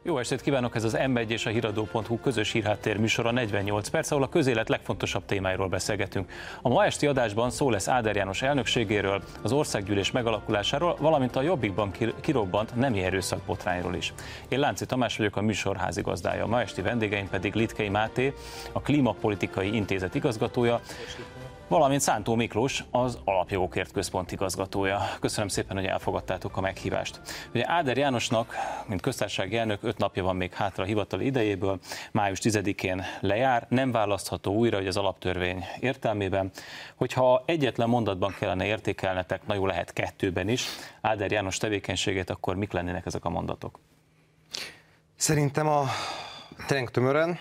Jó estét kívánok, ez az M1 és a Híradó.hu közös hírháttér műsora 48 perc, ahol a közélet legfontosabb témáiról beszélgetünk. A ma esti adásban szó lesz Áder János elnökségéről, az országgyűlés megalakulásáról, valamint a Jobbikban kirobbant nemi erőszak botrányról is. Én Lánci Tamás vagyok, a műsor házigazdája. A ma esti vendégeim pedig Litkei Máté, a Klímapolitikai Intézet igazgatója, valamint Szántó Miklós, az Alapjogokért Központ igazgatója. Köszönöm szépen, hogy elfogadtátok a meghívást. Ugye Áder Jánosnak, mint köztársasági elnök, 5 napja van még hátra a hivatali idejéből, május 10-én lejár, nem választható újra, hogy az alaptörvény értelmében. Hogyha egyetlen mondatban kellene értékelnetek, na jó, lehet 2-ben is, Áder János tevékenységét, akkor mik lennének ezek a mondatok? Szerintem tényleg tömören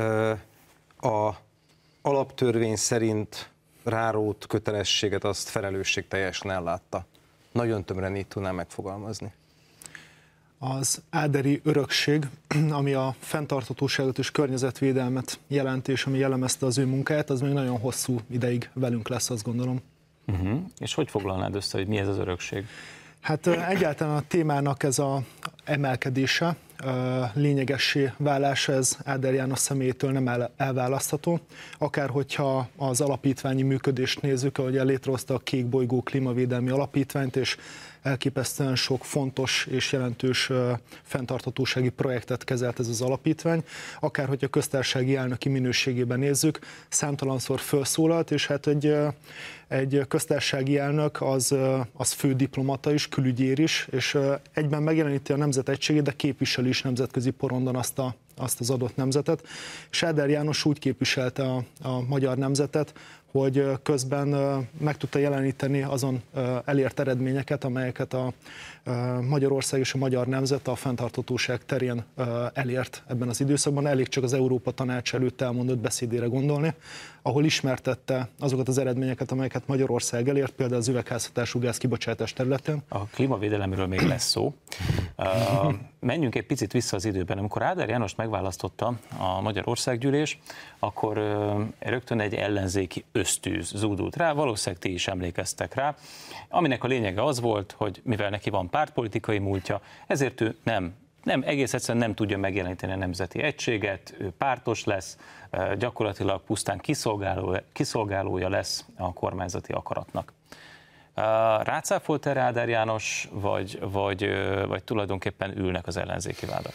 a alaptörvény szerint rárót kötelességet azt felelősségteljesen ellátta. Nagyon tömören így tudnám megfogalmazni. Az áderi örökség, ami a fenntarthatóságot és környezetvédelmet jelenti, és ami jellemezte az ő munkáját, az még nagyon hosszú ideig velünk lesz, azt gondolom. És hogy foglalnád össze, hogy mi ez az örökség? Hát egyáltalán a témának ez az emelkedése, lényegessé válása, ez Áder János személyétől nem elválasztható. Akár hogyha az alapítványi működést nézzük, ahogy létrehozta a Kék Bolygó Klímavédelmi Alapítványt, és elképesztően sok fontos és jelentős fenntarthatósági projektet kezelt ez az alapítvány. Akár hogyha köztársasági elnöki minőségében nézzük, számtalanszor felszólalt, és hát egy köztársasági elnök az fődiplomata is, külügyér is, és egyben megjeleníti a nemzet egységét, de képviseli is nemzetközi porondon azt az adott nemzetet. És Áder János úgy képviselte a magyar nemzetet, hogy közben meg tudta jeleníteni azon elért eredményeket, amelyeket a Magyarország és a magyar nemzet a fenntarthatóság terén elért ebben az időszakban. Elég csak az Európa Tanács előtt elmondott beszédére gondolni, ahol ismertette azokat az eredményeket, amelyeket Magyarország elért, például az üvegházhatású gáz kibocsátás területén. A klímavédelemről még lesz szó. Menjünk egy picit vissza az időben. Amikor Áder Jánost megválasztotta a Magyar Országgyűlés, akkor rögtön egy ellenzéki ösztűz zúdult rá, valószínűleg ti is emlékeztek rá, aminek a lényege az volt, hogy mivel neki van pártpolitikai múltja, ezért ő nem egész egyszerűen nem tudja megjeleníteni a nemzeti egységet, ő pártos lesz, gyakorlatilag pusztán kiszolgálója lesz a kormányzati akaratnak. Rácáfolt erre Áder János, vagy tulajdonképpen ülnek az ellenzéki vádak?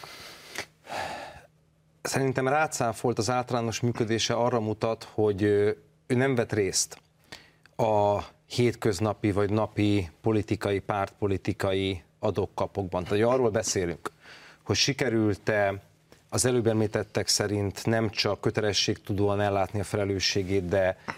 Szerintem rácáfolt, az általános működése arra mutat, hogy ő nem vett részt a hétköznapi vagy napi politikai, pártpolitikai adok-kapokban. Tehát arról beszélünk, hogy sikerült-e az előbb említettek szerint nem csak kötelességtudóan ellátni a felelősségét,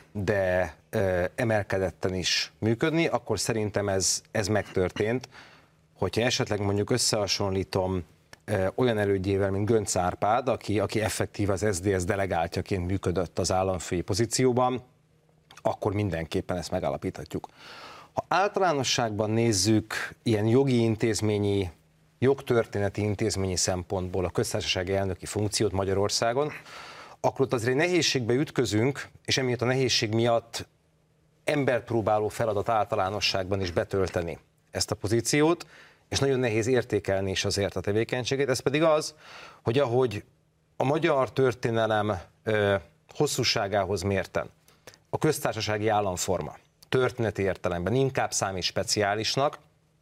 de emelkedetten is működni, akkor szerintem ez megtörtént. Hogyha esetleg mondjuk összehasonlítom olyan elődjével, mint Göncz Árpád, aki effektív az SZDSZ delegáltjaként működött az államfői pozícióban, akkor mindenképpen ezt megállapíthatjuk. Ha általánosságban nézzük ilyen jogi intézményi, jogtörténeti intézményi szempontból a köztársasági elnöki funkciót Magyarországon, akkor ott azért egy nehézségbe ütközünk, és emiatt a nehézség miatt embert próbáló feladat általánosságban is betölteni ezt a pozíciót, és nagyon nehéz értékelni is azért a tevékenységét. Ez pedig az, hogy ahogy a magyar történelem hosszúságához mérten a köztársasági államforma történeti értelemben inkább számít speciálisnak,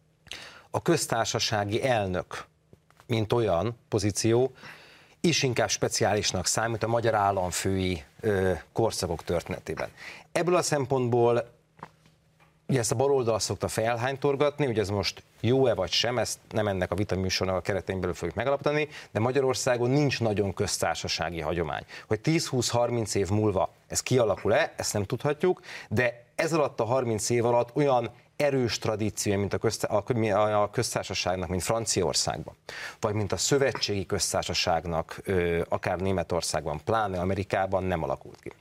a köztársasági elnök, mint olyan pozíció, is inkább speciálisnak számít a magyar államfői korszakok történetében. Ebből a szempontból ugye ezt a baloldal szokta felhánytorgatni, hogy ez most jó-e vagy sem, ezt nem ennek a vitaműsornak a keretein belül fogjuk megalapítani, de Magyarországon nincs nagyon köztársasági hagyomány. Hogy 10-20-30 év múlva ez kialakul-e, ezt nem tudhatjuk, de ez alatt a 30 év alatt olyan erős tradíciója, mint a köztársaságnak, mint Franciaországban, vagy mint a szövetségi köztársaságnak, akár Németországban, pláne Amerikában nem alakult ki.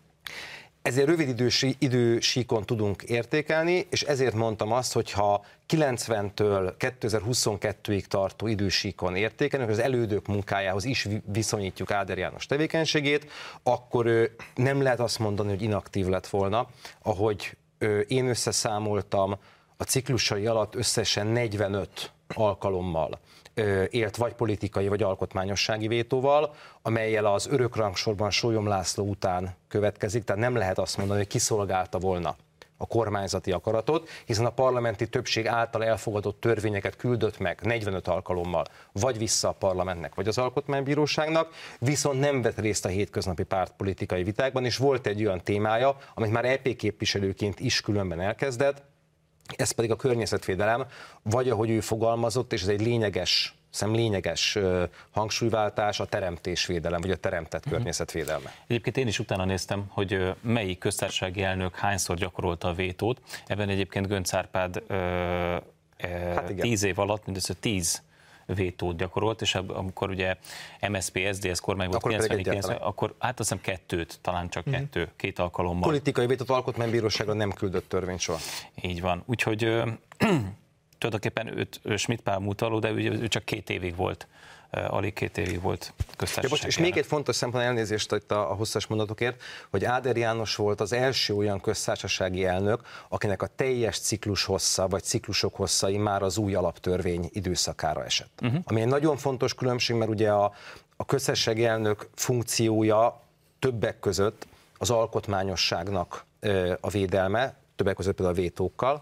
Ezért rövid idősíkon tudunk értékelni, és ezért mondtam azt, hogy ha 90-től 2022-ig tartó idősíkon értékelünk, az elődök munkájához is viszonyítjuk Áder János tevékenységét, akkor nem lehet azt mondani, hogy inaktív lett volna, ahogy én összeszámoltam, a ciklusai alatt összesen 45 alkalommal élt vagy politikai, vagy alkotmányossági vétóval, amellyel az örökrangsorban Sólyom László után következik, tehát nem lehet azt mondani, hogy kiszolgálta volna a kormányzati akaratot, hiszen a parlamenti többség által elfogadott törvényeket küldött meg 45 alkalommal, vagy vissza a parlamentnek, vagy az alkotmánybíróságnak, viszont nem vett részt a hétköznapi pártpolitikai vitákban, és volt egy olyan témája, amit már EP képviselőként is különben elkezdett, ez pedig a környezetvédelem, vagy ahogy ő fogalmazott, és ez egy lényeges hangsúlyváltás, a teremtésvédelem, vagy a teremtett környezetvédelme. Egyébként én is utána néztem, hogy melyik köztársasági elnök hányszor gyakorolta a vétót. Ebben egyébként Göncz Árpád 10 év alatt mindössze 10 vétót gyakorolt, és amikor ugye MSZP, SZDSZ kormány volt 90-90, akkor hát azt hiszem 2, talán csak 2 alkalommal. Politikai vétót alkotmánybíróságra nem küldött törvényt soha. Így van. Úgyhogy tulajdonképpen Schmidt Pál mutaló, de ő csak 2 évig volt, alig 2 évig volt köztársasági és még egy fontos szempont, elnézést itt a hosszas mondatokért, hogy Áder János volt az első olyan köztársasági elnök, akinek a teljes ciklus hossza, vagy ciklusok hosszai már az új alaptörvény időszakára esett. Ami egy nagyon fontos különbség, mert ugye a köztársasági elnök funkciója többek között az alkotmányosságnak a védelme, többek között például a vétókkal,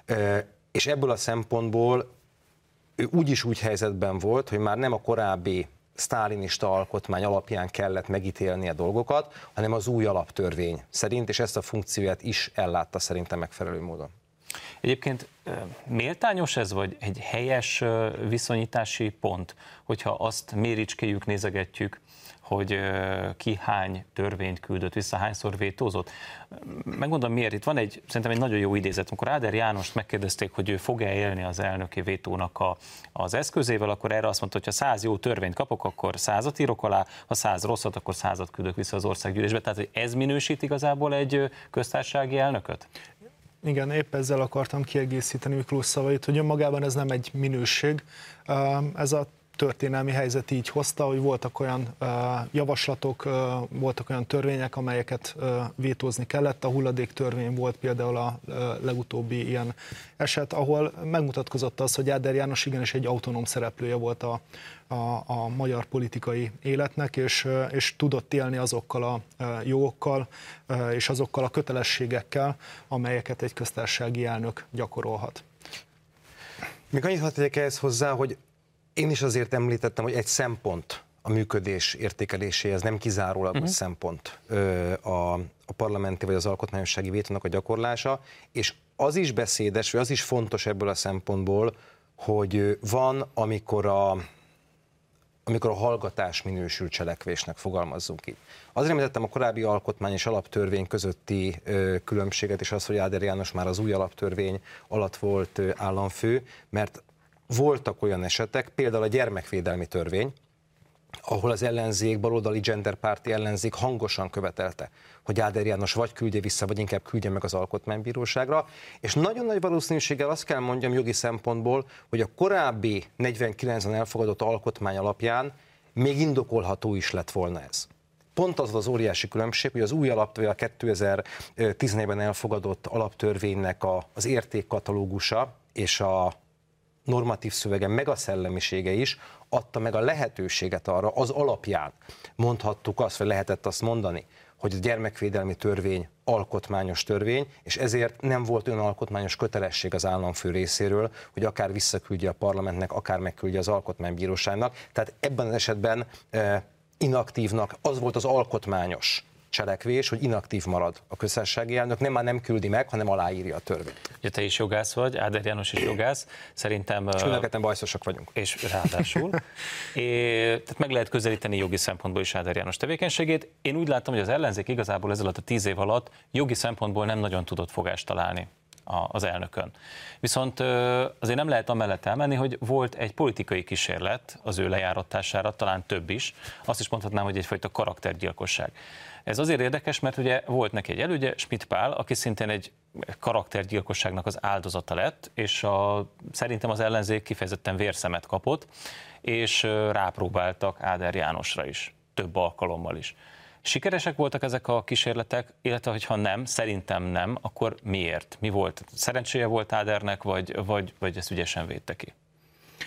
és ebből a szempontból ő úgy helyzetben volt, hogy már nem a korábbi sztálinista alkotmány alapján kellett megítélni a dolgokat, hanem az új alaptörvény szerint, és ezt a funkcióját is ellátta szerintem megfelelő módon. Egyébként méltányos ez, vagy egy helyes viszonyítási pont, hogyha azt méricskéljük, nézegetjük, hogy ki hány törvényt küldött vissza, hányszor vétózott. Megmondom miért, itt van szerintem egy nagyon jó idézet, amikor Áder Jánost megkérdezték, hogy ő fog-e élni az elnöki vétónak az eszközével, akkor erre azt mondta, hogy ha 100 jó törvényt kapok, akkor 100-at írok alá, ha 100 rosszat, akkor 100-at küldök vissza az országgyűlésbe. Tehát, hogy ez minősít igazából egy köztársasági elnököt? Igen, épp ezzel akartam kiegészíteni Miklós szavait, hogy önmagában ez nem egy minőség. Ez a történelmi helyzet így hozta, hogy voltak olyan javaslatok, voltak olyan törvények, amelyeket vétózni kellett. A hulladéktörvény volt például a legutóbbi ilyen eset, ahol megmutatkozott az, hogy Áder János igenis egy autonóm szereplője volt a magyar politikai életnek, és tudott élni azokkal a jogokkal és azokkal a kötelességekkel, amelyeket egy köztársasági elnök gyakorolhat. Még annyit hadd tegyek ehhez hozzá, hogy én is azért említettem, hogy egy szempont a működés értékeléséhez, nem kizárólagos szempont a parlamenti vagy az alkotmányossági vétónak a gyakorlása, és az is beszédes, vagy az is fontos ebből a szempontból, hogy van, amikor a hallgatás minősül cselekvésnek, fogalmazzunk így. Azért említettem a korábbi alkotmány és alaptörvény közötti különbséget, és az, hogy Áder János már az új alaptörvény alatt volt államfő, mert voltak olyan esetek, például a gyermekvédelmi törvény, ahol az ellenzék, baloldali genderpárti ellenzék hangosan követelte, hogy Áder János vagy küldje vissza, vagy inkább küldje meg az alkotmánybíróságra, és nagyon nagy valószínűséggel azt kell mondjam jogi szempontból, hogy a korábbi 49-ben elfogadott alkotmány alapján még indokolható is lett volna ez. Pont az az óriási különbség, hogy az új alaptörvény, a 2014-ben elfogadott alaptörvénynek az értékkatalógusa és a normatív szövege, meg a szellemisége is adta meg a lehetőséget arra, az alapján mondhattuk azt, vagy lehetett azt mondani, hogy a gyermekvédelmi törvény alkotmányos törvény, és ezért nem volt olyan alkotmányos kötelesség az államfő részéről, hogy akár visszaküldje a parlamentnek, akár megküldje az alkotmánybíróságnak. Tehát ebben az esetben inaktívnak az volt az alkotmányos cselekvés, hogy inaktív marad a köztársasági elnök, nem küldi meg, hanem aláírja a törvényt. Ugye te is jogász vagy, Áder János is jogász, szerintem... És mindenketten bajszosak vagyunk. És ráadásul. Tehát meg lehet közelíteni jogi szempontból is Áder János tevékenységét. Én úgy láttam, hogy az ellenzék igazából ez alatt a 10 év alatt jogi szempontból nem nagyon tudott fogást találni az elnökön. Viszont azért nem lehet amellett elmenni, hogy volt egy politikai kísérlet az ő lejáratására, talán több is. Azt is mondhatnám, hogy egyfajta karaktergyilkosság. Ez azért érdekes, mert ugye volt neki egy elődje, Schmidt Pál, aki szintén egy karaktergyilkosságnak az áldozata lett, és szerintem az ellenzék kifejezetten vérszemet kapott, és rápróbáltak Áder Jánosra is, több alkalommal is. Sikeresek voltak ezek a kísérletek, illetve hogyha nem, szerintem nem, akkor miért? Mi volt? Szerencséje volt Ádernek, vagy ezt ügyesen védte ki?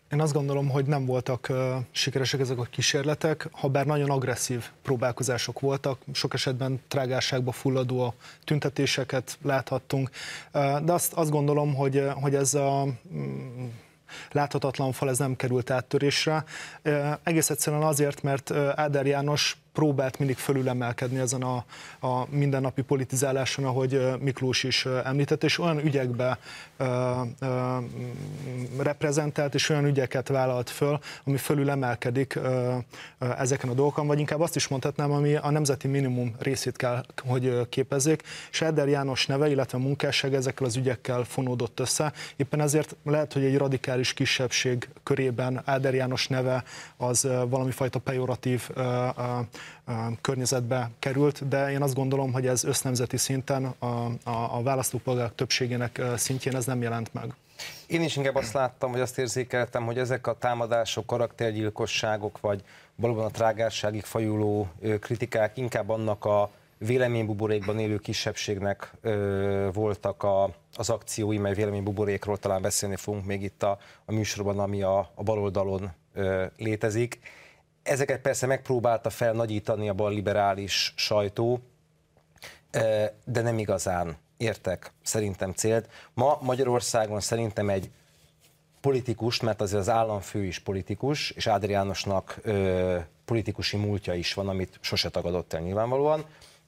Én azt gondolom, hogy nem voltak sikeresek ezek a kísérletek, ha bár nagyon agresszív próbálkozások voltak, sok esetben trágárságba fulladó tüntetéseket láthattunk, de azt gondolom, hogy ez a láthatatlan fal ez nem került áttörésre. Egész egyszerűen azért, mert Áder János próbált mindig fölülemelkedni ezen a mindennapi politizáláson, ahogy Miklós is említett, és olyan ügyekbe reprezentált, és olyan ügyeket vállalt föl, ami fölülemelkedik ezeken a dolgokon, vagy inkább azt is mondhatnám, ami a nemzeti minimum részét kell, hogy képezzék, és Áder János neve, illetve a munkásság ezekkel az ügyekkel fonódott össze. Éppen ezért lehet, hogy egy radikális kisebbség körében Áder János neve az valami fajta pejoratív környezetbe került, de én azt gondolom, hogy ez össznemzeti szinten, a választópolgárok többségének szintjén ez nem jelent meg. Én is inkább azt láttam, vagy azt érzékeltem, hogy ezek a támadások, karaktergyilkosságok, vagy valóban a trágárságig fajuló kritikák inkább annak a véleménybuborékban élő kisebbségnek voltak az akciói, mely véleménybuborékról talán beszélni fogunk még itt a műsorban, ami a baloldalon létezik. Ezeket persze megpróbálta felnagyítani a balliberális sajtó, de nem igazán értek szerintem célt. Ma Magyarországon szerintem egy politikus, mert azért az államfő is politikus, és Áder Jánosnak politikusi múltja is van, amit sose tagadott el nyilvánvalóan.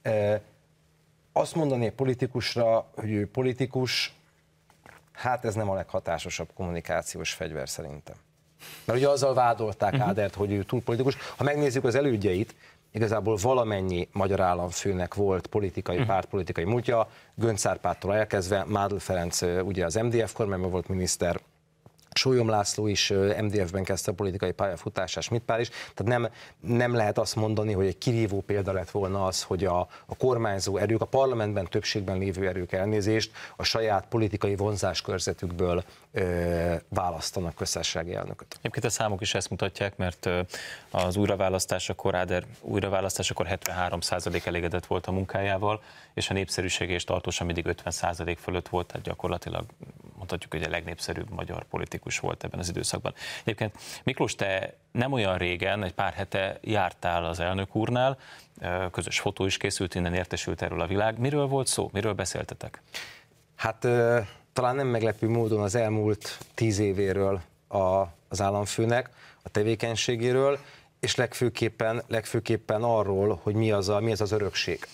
Azt mondani egy politikusra, hogy ő politikus, hát ez nem a leghatásosabb kommunikációs fegyver szerintem. Mert ugye azzal vádolták Ádert, hogy ő túl politikus. Ha megnézzük az elődjeit, igazából valamennyi magyar államfőnek volt politikai, pártpolitikai múltja, Göncz Árpádtól elkezdve, Mádl Ferenc ugye az MDF kormányban volt miniszter, Sólyom László is MDF-ben kezdte a politikai pályafutását, Schmidt Pál is, tehát nem lehet azt mondani, hogy egy kirívó példa lett volna az, hogy a kormányzó erők, a parlamentben többségben lévő erők elnézést a saját politikai vonzáskörzetükből választanak köztársasági elnököt. Egyébként a számok is ezt mutatják, mert az újraválasztásakor, Áder újraválasztásakor 73% elégedett volt a munkájával, és a népszerűsége is tartósan mindig 50% fölött volt, tehát gyakorlatilag mondhatjuk, hogy a legnépszerűbb magyar politikus volt ebben az időszakban. Egyébként Miklós, te nem olyan régen, egy pár hete jártál az elnök úrnál, közös fotó is készült, innen értesült erről a világ. Miről volt szó? Miről beszéltetek? Hát talán nem meglepő módon az elmúlt 10 évéről az államfőnek, a tevékenységéről, és legfőképpen arról, hogy mi az az örökség,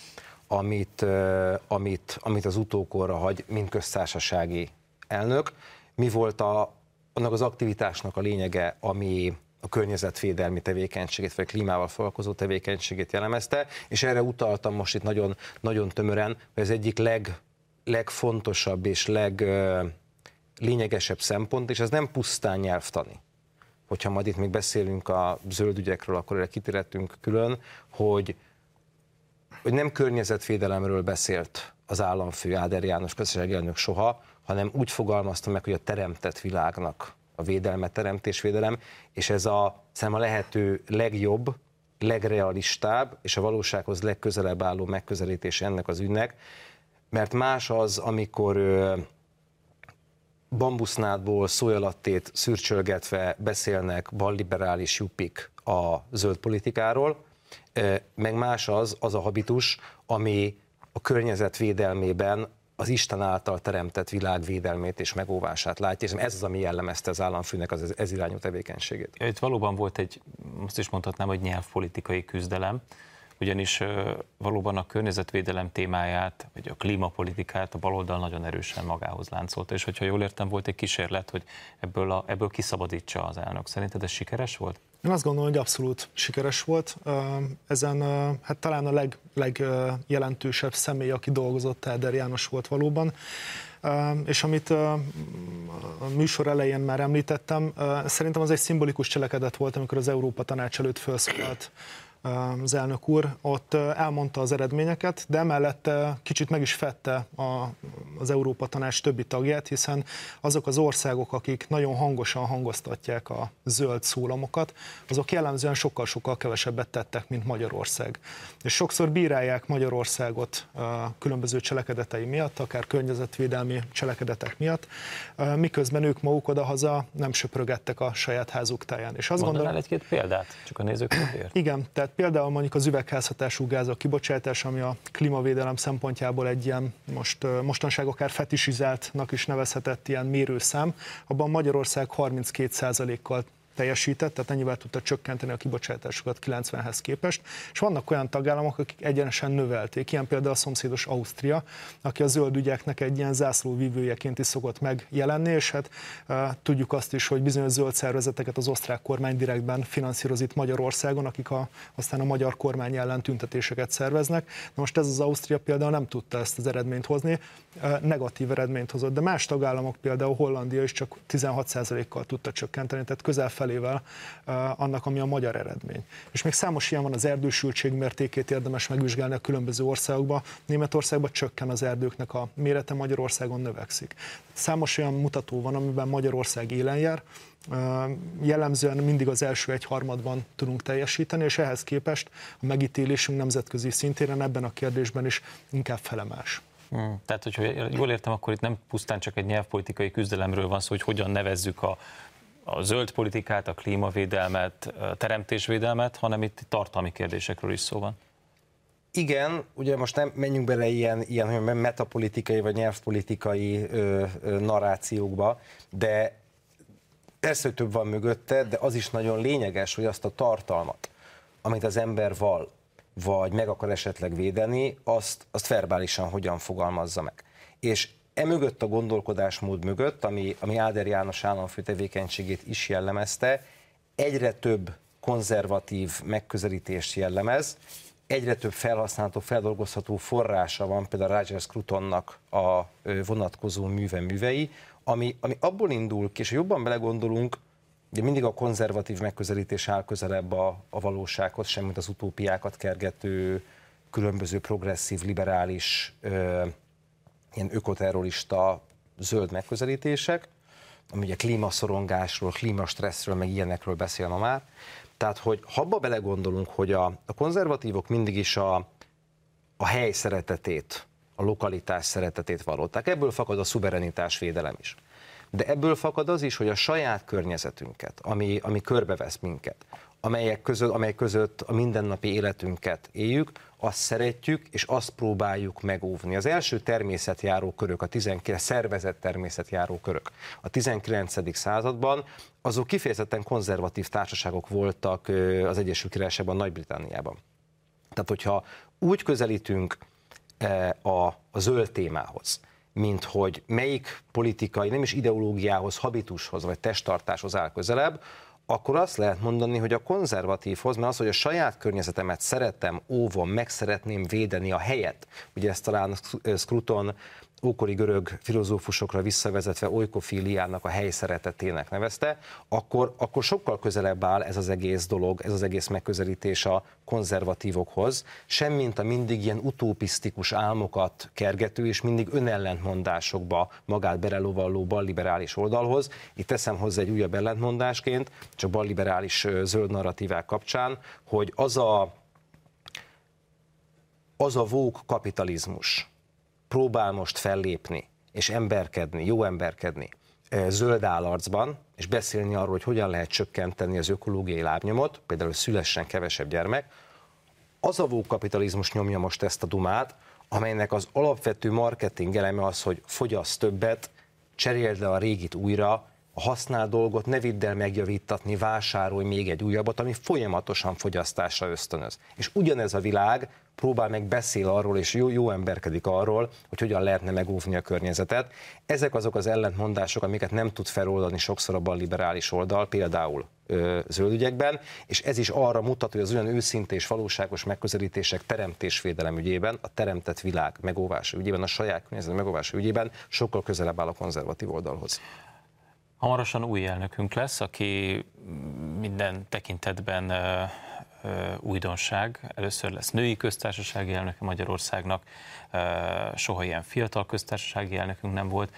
amit az utókorra hagy, mint köztársasági elnök. Mi volt annak az aktivitásnak a lényege, ami a környezetvédelmi tevékenységét, vagy klímával foglalkozó tevékenységét jellemezte, és erre utaltam most itt nagyon, nagyon tömören, hogy az egyik legfontosabb és leglényegesebb szempont, és ez nem pusztán nyelvtani. Hogyha majd itt még beszélünk a zöld ügyekről, akkor erre kitérhetünk külön, hogy nem környezetvédelemről beszélt az államfő Áder János köztársasági elnök soha, hanem úgy fogalmazta meg, hogy a teremtett világnak a védelme, teremtésvédelem, és ez szerintem a lehető legjobb, legrealistább és a valósághoz legközelebb álló megközelítése ennek az ügynek, mert más az, amikor bambusznádból szójalattét szürcsölgetve beszélnek balliberális juppik a zöld politikáról, meg más az a habitus, ami a környezet védelmében az Isten által teremtett világ védelmét és megóvását látja, és ez az, ami jellemezte az államfőnek az ez irányú tevékenységét. Itt valóban volt egy, azt is mondhatnám, hogy nyelvpolitikai küzdelem, ugyanis valóban a környezetvédelem témáját, vagy a klímapolitikát a baloldal nagyon erősen magához láncolta, és hogyha jól értem, volt egy kísérlet, hogy ebből kiszabadítsa az elnök. Szerinted ez sikeres volt? Én azt gondolom, hogy abszolút sikeres volt. Ezen hát talán a legjelentősebb személy, aki dolgozott, Áder János volt valóban. És amit a műsor elején már említettem, szerintem az egy szimbolikus cselekedet volt, amikor az Európa Tanács előtt felszólalt az elnök úr, ott elmondta az eredményeket, de emellett kicsit meg is fedte az Európa Tanács többi tagját, hiszen azok az országok, akik nagyon hangosan hangoztatják a zöld szólamokat, azok jellemzően sokkal-sokkal kevesebbet tettek, mint Magyarország. És sokszor bírálják Magyarországot különböző cselekedetei miatt, akár környezetvédelmi cselekedetek miatt, miközben ők maguk odahaza nem söprögettek a saját házuk táján. És azt mondanál egy-két példát, csak a nézőknek? Igen, tehát például mondjuk az üvegházhatású gázok kibocsátás, ami a klímavédelem szempontjából egy ilyen mostanság akár fetisizáltnak is nevezhetett ilyen mérőszám, abban Magyarország 32%-kal teljesített, tehát ennyivel tudta csökkenteni a kibocsátásokat 90-hez képest, és vannak olyan tagállamok, akik egyenesen növelték, ilyen például a szomszédos Ausztria, aki a zöld ügyeknek egy ilyen zászlóvívőjeként is szokott megjelenni, és hát tudjuk azt is, hogy bizonyos zöld szervezeteket az osztrák kormány direktben finanszíroz itt Magyarországon, akik aztán a magyar kormány ellen tüntetéseket szerveznek. Na most ez az Ausztria például nem tudta ezt az eredményt hozni, negatív eredményt hozott, de más tagállamok, például Hollandia is csak 16%-kal tudta csökkenteni, tehát közel felével annak, ami a magyar eredmény. És még számos ilyen van, az erdősültség mértékét érdemes megvizsgálni a különböző országokban. Németországban csökken az erdőknek a mérete, Magyarországon növekszik. Számos olyan mutató van, amiben Magyarország élen jár, jellemzően mindig az első egyharmadban tudunk teljesíteni, és ehhez képest a megítélésünk nemzetközi szintéren ebben a kérdésben is inkább felemás. Tehát, hogyha jól értem, akkor itt nem pusztán csak egy nyelvpolitikai küzdelemről van szó, hogy hogyan nevezzük a zöld politikát, a klímavédelmet, a teremtésvédelmet, hanem itt tartalmi kérdésekről is szó van. Igen, ugye most nem menjünk bele ilyen metapolitikai vagy nyelvpolitikai narrációkba, de persze, hogy több van mögötte, de az is nagyon lényeges, hogy azt a tartalmat, amit az ember val, vagy meg akar esetleg védeni, azt verbálisan hogyan fogalmazza meg. És emögött a gondolkodásmód mögött, ami Áder János államfő tevékenységét is jellemezte, egyre több konzervatív megközelítést jellemez, egyre több felhasználható, feldolgozható forrása van, például Roger Scrutonnak a vonatkozó művei, ami abból indul ki, és ha jobban belegondolunk, ugye mindig a konzervatív megközelítés áll közelebb a valósághoz, semmint az utópiákat kergető, különböző progresszív, liberális, ilyen ökoterrorista, zöld megközelítések, ami ugye klímaszorongásról, klímastresszről, meg ilyenekről beszél ma már. Tehát, hogy ha abba belegondolunk, hogy a konzervatívok mindig is a hely szeretetét, a lokalitás szeretetét vallották, ebből fakad a szuverenitás védelem is. De ebből fakad az is, hogy a saját környezetünket, ami körbevesz minket, amely között a mindennapi életünket éljük, azt szeretjük, és azt próbáljuk megóvni. Az első természetjáró körök, szervezett természetjáró körök a 19. században, azok kifejezetten konzervatív társaságok voltak az Egyesült Királyságban, Nagy-Britanniában. Tehát, hogyha úgy közelítünk a zöld témához, mint hogy melyik politikai, nem is ideológiához, habitushoz vagy testtartáshoz áll közelebb, akkor azt lehet mondani, hogy a konzervatívhoz, mert az, hogy a saját környezetemet szeretem, óvom, meg szeretném védeni a helyet, ugye ezt talán Scruton ókori görög filozófusokra visszavezetve oikofíliának, a hely szeretetének nevezte, akkor sokkal közelebb áll ez az egész dolog, ez az egész megközelítés a konzervatívokhoz, semmint a mindig ilyen utopisztikus álmokat kergető és mindig önellentmondásokba magát belelovalló balliberális oldalhoz. Itt teszem hozzá egy újabb ellentmondásként, csak balliberális zöld narratívák kapcsán, hogy az a woke kapitalizmus próbál most fellépni, és emberkedni, jó emberkedni zöld állarcban, és beszélni arról, hogy hogyan lehet csökkenteni az ökológiai lábnyomot, például szülessen kevesebb gyermek, az a woke kapitalizmus nyomja most ezt a dumát, amelynek az alapvető marketing eleme az, hogy fogyassz többet, cseréld le a régit újra, a használt dolgot ne vidd el megjavítatni, vásárolj még egy újabbat, ami folyamatosan fogyasztásra ösztönöz. És ugyanez a világ próbál meg beszél arról, és jó emberkedik arról, hogy hogyan lehetne megóvni a környezetet. Ezek azok az ellentmondások, amiket nem tud feloldani sokszor a balliberális oldal, például zöldügyekben, és ez is arra mutat, hogy az olyan őszinte és valóságos megközelítések teremtésvédelem ügyében, a teremtett világ megóvása ügyében, a saját környezet megóvása ügyében sokkal közelebb áll a konzervatív oldalhoz. Hamarosan új elnökünk lesz, aki minden tekintetben újdonság. Először lesz női köztársasági elnöke Magyarországnak, soha ilyen fiatal köztársasági elnökünk nem volt.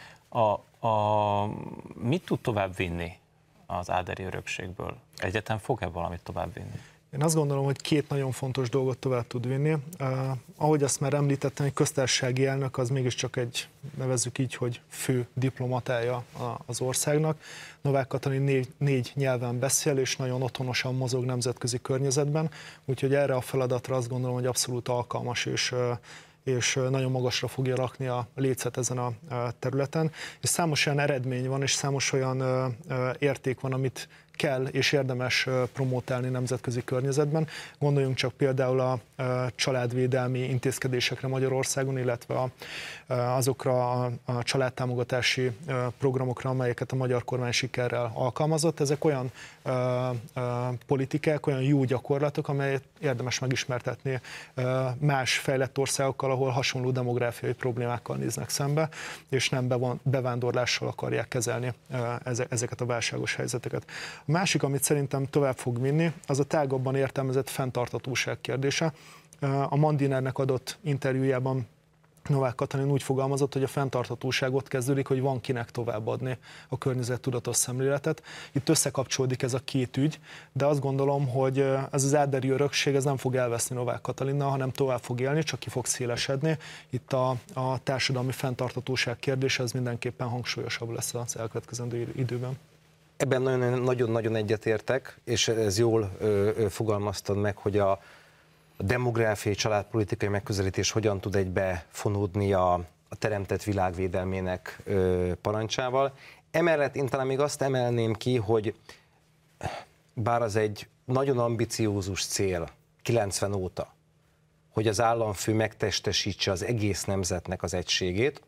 Mit tud tovább vinni az áderi örökségből? Egyáltalán fog-e valamit tovább vinni? Én azt gondolom, hogy két nagyon fontos dolgot tovább tud vinni. Ahogy azt már említettem, egy köztársasági elnök az mégiscsak egy, nevezzük így, hogy fő diplomatája az országnak. Novák Katalin négy nyelven beszél, és nagyon otthonosan mozog nemzetközi környezetben, úgyhogy erre a feladatra azt gondolom, hogy abszolút alkalmas, és nagyon magasra fogja rakni a lécet ezen a területen. És számos olyan eredmény van, és számos olyan érték van, amit kell és érdemes promotálni nemzetközi környezetben. Gondoljunk csak például a családvédelmi intézkedésekre Magyarországon, illetve azokra a családtámogatási programokra, amelyeket a magyar kormány sikerrel alkalmazott. Ezek olyan politikák, olyan jó gyakorlatok, amelyet érdemes megismertetni más fejlett országokkal, ahol hasonló demográfiai problémákkal néznek szembe, és nem bevándorlással akarják kezelni ezeket a válságos helyzeteket. A másik, amit szerintem tovább fog vinni, az a tágabban értelmezett fenntarthatóság kérdése. A Mandinernek adott interjújában Novák Katalin úgy fogalmazott, hogy a fenntarthatóság ott kezdődik, hogy van kinek továbbadni a környezettudatos szemléletet. Itt összekapcsolódik ez a két ügy, de azt gondolom, hogy ez az áderi örökség ez nem fog elveszni Novák Katalinnal, hanem tovább fog élni, csak ki fog szélesedni. Itt a társadalmi fenntarthatóság kérdése ez mindenképpen hangsúlyosabb lesz az elkövetkezendő időben. Ebben nagyon-nagyon egyetértek, és ez jól fogalmaztad meg, hogy a demográfiai családpolitikai megközelítés hogyan tud egybefonódni a teremtett világvédelmének parancsával. Emellett én talán még azt emelném ki, hogy bár az egy nagyon ambiciózus cél 90 óta, hogy az államfő megtestesítse az egész nemzetnek az egységét,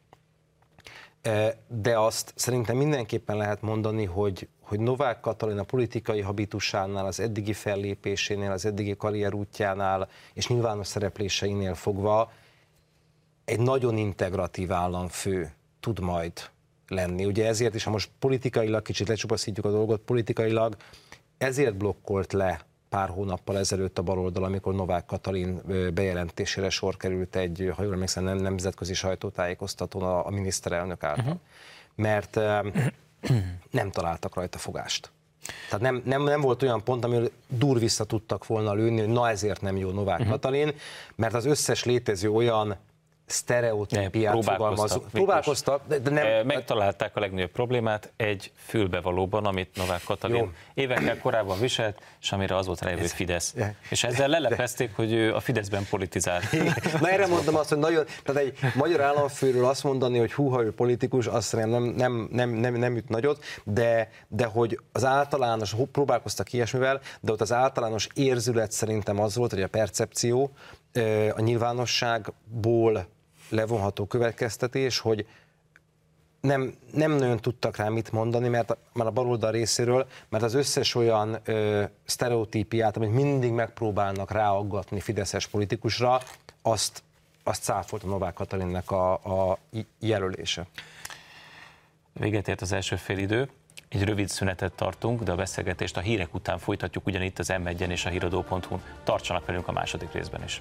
de azt szerintem mindenképpen lehet mondani, hogy Novák Katalin a politikai habitusánál, az eddigi fellépésénél, az eddigi karrierútjánál és nyilvános szerepléseinél fogva egy nagyon integratív államfő tud majd lenni. Ugye ezért is, ha most politikailag kicsit lecsupaszítjuk a dolgot, politikailag ezért blokkolt le pár hónappal ezelőtt a baloldal, amikor Novák Katalin bejelentésére sor került egy, ha jól emlékszem, nemzetközi sajtótájékoztatón a miniszterelnök által. Mert nem találtak rajta fogást. Tehát nem volt olyan pont, amiről dur vissza tudtak volna lőni, hogy na ezért nem jó Novák Katalin, mert az összes létező olyan sztereotípiát próbálkoztak, de nem. Megtalálták a legnagyobb problémát egy fülbevalóban, amit Novák Katalin évekkel korábban viselt, és amire az volt rájövő, hogy Fidesz. És ezzel lelepezték, hogy ő a Fideszben politizál. Na erre mondom azt, hogy tehát egy magyar államfőről azt mondani, hogy húha, ő politikus, azt nem üt nagyot, de hogy az általános, próbálkoztak ilyesmivel, de ott az általános érzület szerintem az volt, hogy a percepció, a nyilvánosságból levonható következtetés, hogy nem nagyon tudtak rá mit mondani, mert a baloldal részéről, mert az összes olyan sztereotípiát, amit mindig megpróbálnak ráaggatni fideszes politikusra, azt cáfolta Novák Katalinnek a jelölése. Véget ért az első félidő. Egy rövid szünetet tartunk, de a beszélgetést a hírek után folytatjuk ugyanitt az M1-en és a híradó.hu-n. Tartsanak velünk a második részben is.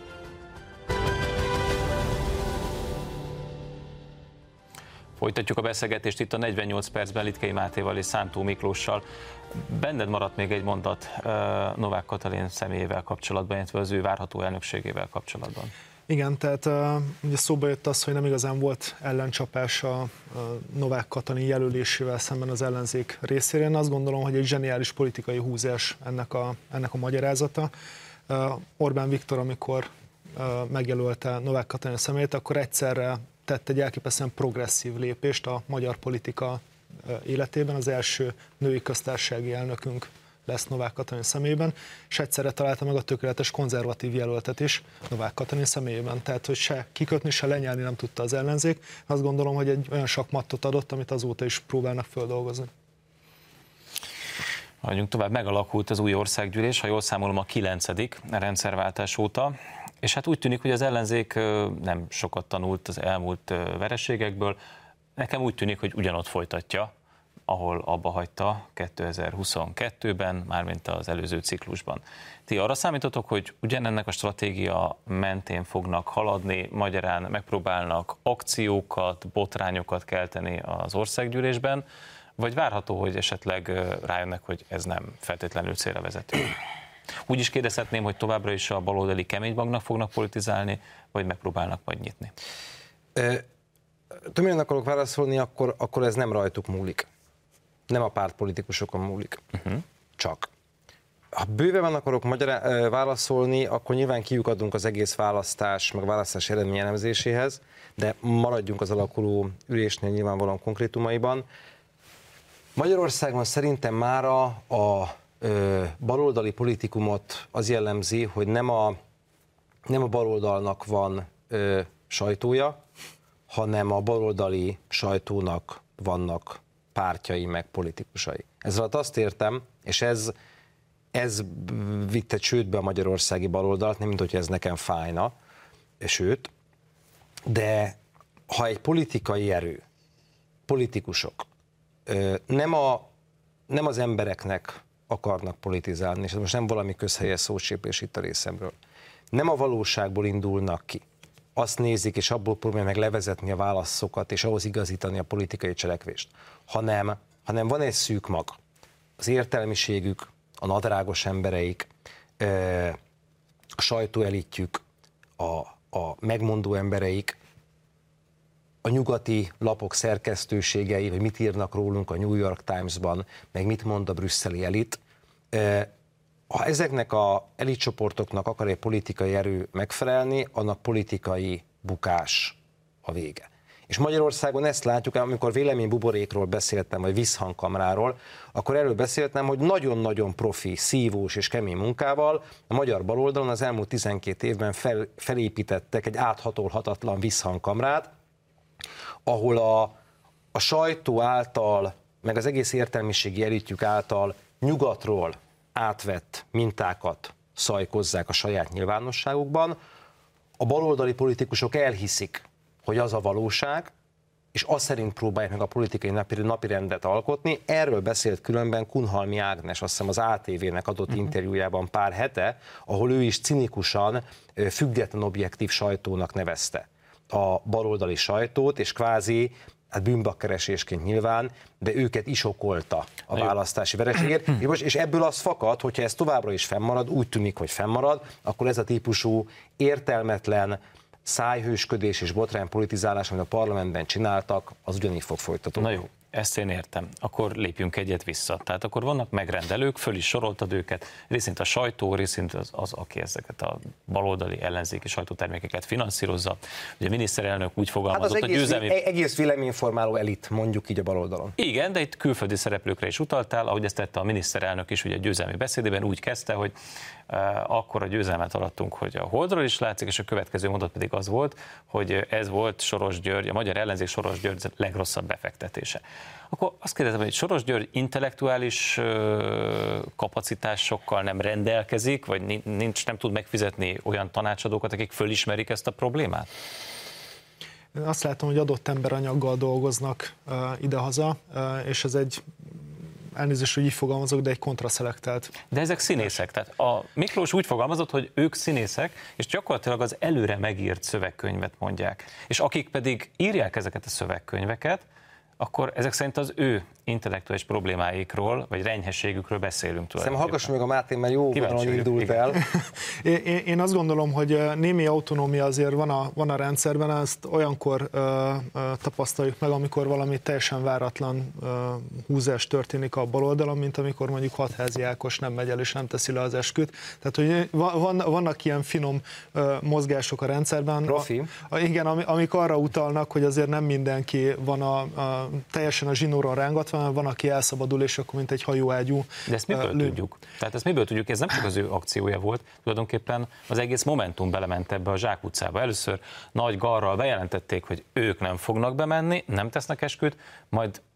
Folytatjuk a beszélgetést itt a 48 percben Litkei Mátéval és Szántó Miklóssal. Benned maradt még egy mondat Novák Katalin személyével kapcsolatban, illetve az ő várható elnökségével kapcsolatban. Igen, tehát ugye szóba jött az, hogy nem igazán volt ellencsapás a Novák Katalin jelölésével szemben az ellenzék részére. Én azt gondolom, hogy egy zseniális politikai húzás ennek a magyarázata. Orbán Viktor, amikor megjelölte Novák Katalin személyét, akkor egyszerre tett egy elképesztően progresszív lépést a magyar politika életében. Az első női köztársasági elnökünk lesz Novák Katalin személyében, és egyszerre találta meg a tökéletes konzervatív jelöltet is Novák Katalin személyében. Tehát, hogy se kikötni, se lenyelni nem tudta az ellenzék. Azt gondolom, hogy egy olyan sakkmattot adott, amit azóta is próbálnak földolgozni. Hagyjunk tovább, megalakult az új országgyűlés, ha jól számolom a 9. rendszerváltás óta, és hát úgy tűnik, hogy az ellenzék nem sokat tanult az elmúlt vereségekből. Nekem úgy tűnik, hogy ugyanott folytatja, ahol abba hagyta 2022-ben, mármint az előző ciklusban. Ti arra számítotok, hogy ugyanennek a stratégia mentén fognak haladni, magyarán megpróbálnak akciókat, botrányokat kelteni az országgyűlésben, vagy várható, hogy esetleg rájönnek, hogy ez nem feltétlenül célra vezető? Úgy is kérdezhetném, hogy továbbra is a baloldali keménybagnak fognak politizálni, vagy megpróbálnak majd nyitni? Töményen akarok válaszolni, akkor ez nem rajtuk múlik. Nem a pártpolitikusokon múlik. Csak. Ha bőven akarok válaszolni, akkor nyilván kiukadunk az egész választás, meg választás eredmény elemzéséhez, de maradjunk az alakuló ülésnél nyilvánvalóan konkrétumaiban. Magyarországon szerintem mára a baloldali politikumot az jellemzi, hogy nem a baloldalnak van sajtója, hanem a baloldali sajtónak vannak pártjai meg politikusai. Ez alatt azt értem, és ez vitte csődbe a magyarországi baloldalt, nem mint hogy ez nekem fájna, sőt, de ha egy politikai erő, politikusok nem az embereknek akarnak politizálni, és ez most nem valami közhelyes szócsépés itt a részemről, nem a valóságból indulnak ki, azt nézik, és abból próbálják meg levezetni a válaszokat, és ahhoz igazítani a politikai cselekvést, hanem van egy szűk mag. Az értelmiségük, a nadrágos embereik, a sajtóelitjük, a megmondó embereik, a nyugati lapok szerkesztőségei, hogy mit írnak rólunk a New York Times-ban, meg mit mond a brüsszeli elit. Ha ezeknek az elitcsoportoknak akar egy politikai erő megfelelni, annak politikai bukás a vége. És Magyarországon ezt látjuk, amikor véleménybuborékról beszéltem, vagy visszhangkamráról, akkor erről beszéltem, hogy nagyon-nagyon profi, szívós és kemény munkával a magyar baloldalon az elmúlt 12 évben felépítettek egy áthatolhatatlan visszhangkamrát, ahol a sajtó által, meg az egész értelmiségi elitjük által nyugatról átvett mintákat szajkozzák a saját nyilvánosságukban. A baloldali politikusok elhiszik, hogy az a valóság, és azt szerint próbálják meg a politikai napirendet alkotni. Erről beszélt különben Kunhalmi Ágnes, azt hiszem az ATV-nek adott interjújában pár hete, ahol ő is cinikusan független objektív sajtónak nevezte a baloldali sajtót, és kvázi, hát bűnbakkeresésként nyilván, de őket is okolta a választási vereségért. És ebből az fakad, hogyha ez továbbra is fennmarad, úgy tűnik, hogy fennmarad, akkor ez a típusú értelmetlen szájhősködés és botránypolitizálás, amit a parlamentben csináltak, az ugyanígy fog folytatódni. Na jó, ezt én értem. Akkor lépjünk egyet vissza. Tehát akkor vannak megrendelők, föl is soroltad őket, részint a sajtó, részint az aki ezeket a baloldali ellenzéki sajtótermékeket finanszírozza. Ugye a miniszterelnök úgy fogalmazott, hogy egész véleményformáló elit, mondjuk így a baloldalon. Igen, de itt külföldi szereplőkre is utaltál, ahogy ezt tette a miniszterelnök is, ugye a győzelmi beszédében úgy kezdte, hogy akkor a győzelmet arattunk, hogy a Holdról is látszik, és a következő mondat pedig az volt, hogy ez volt Soros György, a magyar ellenzék Soros György legrosszabb befektetése. Akkor azt kérdezem, hogy Soros György intellektuális kapacitásokkal nem rendelkezik, vagy nem tud megfizetni olyan tanácsadókat, akik fölismerik ezt a problémát? Én azt látom, hogy adott emberanyaggal dolgoznak idehaza, és ez egy, elnézést, hogy így fogalmazok, de egy kontraszelektált. De ezek színészek, tehát a Miklós úgy fogalmazott, hogy ők színészek, és gyakorlatilag az előre megírt szövegkönyvet mondják. És akik pedig írják ezeket a szövegkönyveket, akkor ezek szerint az ő intellektuális problémáikról, vagy renyhességükről beszélünk tulajdonképpen. Hallgass meg a Máté, mert jó vonalon indult el. Én azt gondolom, hogy némi autonómia azért van a rendszerben, ezt olyankor tapasztaljuk meg, amikor valami teljesen váratlan húzás történik a baloldalon, mint amikor mondjuk Hatházi Ákos nem megy el és nem teszi le az esküt. Tehát, hogy vannak ilyen finom mozgások a rendszerben. Profi. Igen, amik arra utalnak, hogy azért nem mindenki van teljesen a zsinóron rángatva, van, aki elszabadul, és akkor mint egy hajóágyú. De ezt miből tudjuk? Tehát ezt miből tudjuk? Ez nem csak az ő akciója volt, tulajdonképpen az egész Momentum belement ebbe a zsákutcába. Először nagy garral bejelentették, hogy ők nem fognak bemenni, nem tesznek esküt, majd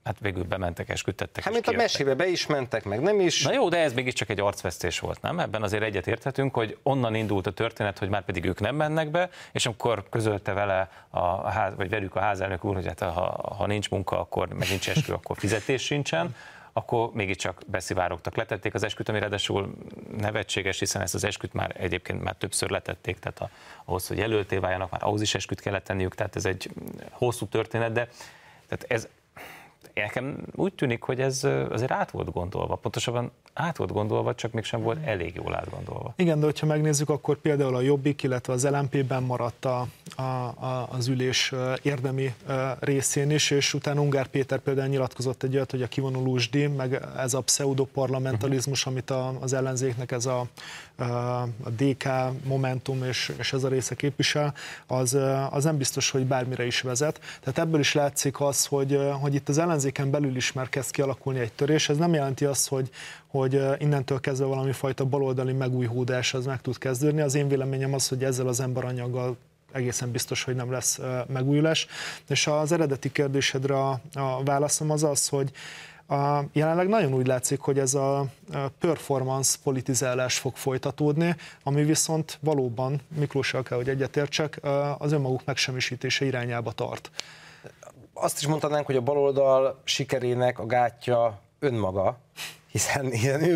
Hát végül bementek, esküdtettek. Hát mint a mesébe be is mentek, meg nem is. Na jó, de ez mégiscsak egy arcvesztés volt, nem? Ebben azért egyet érthetünk, hogy onnan indult a történet, hogy már pedig ők nem mennek be, és amikor közölte vele vagy velük a házelnök úr, hogy hát ha nincs munka, akkor meg nincs eskü, akkor fizetés sincsen, akkor mégiscsak beszivárogtak, letették az esküt, ami ráadásul nevetséges, hiszen ezt az esküt már egyébként már többször letették, tehát ahhoz, hogy jelölté váljanak, már ahhoz is esküt kellett tenniük, tehát ez egy hosszú történet, de tehát ez nekem úgy tűnik, hogy ez azért át volt gondolva, pontosabban át volt gondolva, csak mégsem volt elég jól átgondolva. Igen, de hogyha megnézzük, akkor például a Jobbik, illetve az LMP-ben maradt az ülés érdemi részén is, és utána Ungár Péter például nyilatkozott egy olyat, hogy a kivonulós díj, meg ez a pseudoparlamentalizmus, amit az ellenzéknek ez a DK, Momentum és ez a része képvisel, az nem biztos, hogy bármire is vezet. Tehát ebből is látszik az, hogy itt az ellenzéken belül is már kezd kialakulni egy törés. Ez nem jelenti azt, hogy innentől kezdve valami fajta baloldali megújhódás az meg tud kezdődni. Az én véleményem az, hogy ezzel az emberanyaggal egészen biztos, hogy nem lesz megújulás. És az eredeti kérdésedre a válaszom az, hogy jelenleg nagyon úgy látszik, hogy ez a performance politizálás fog folytatódni, ami viszont valóban, Miklóssal kell, hogy egyetértsek, az önmaguk megsemmisítése irányába tart. Azt is mondhatnánk, hogy a baloldal sikerének a gátja önmaga, hiszen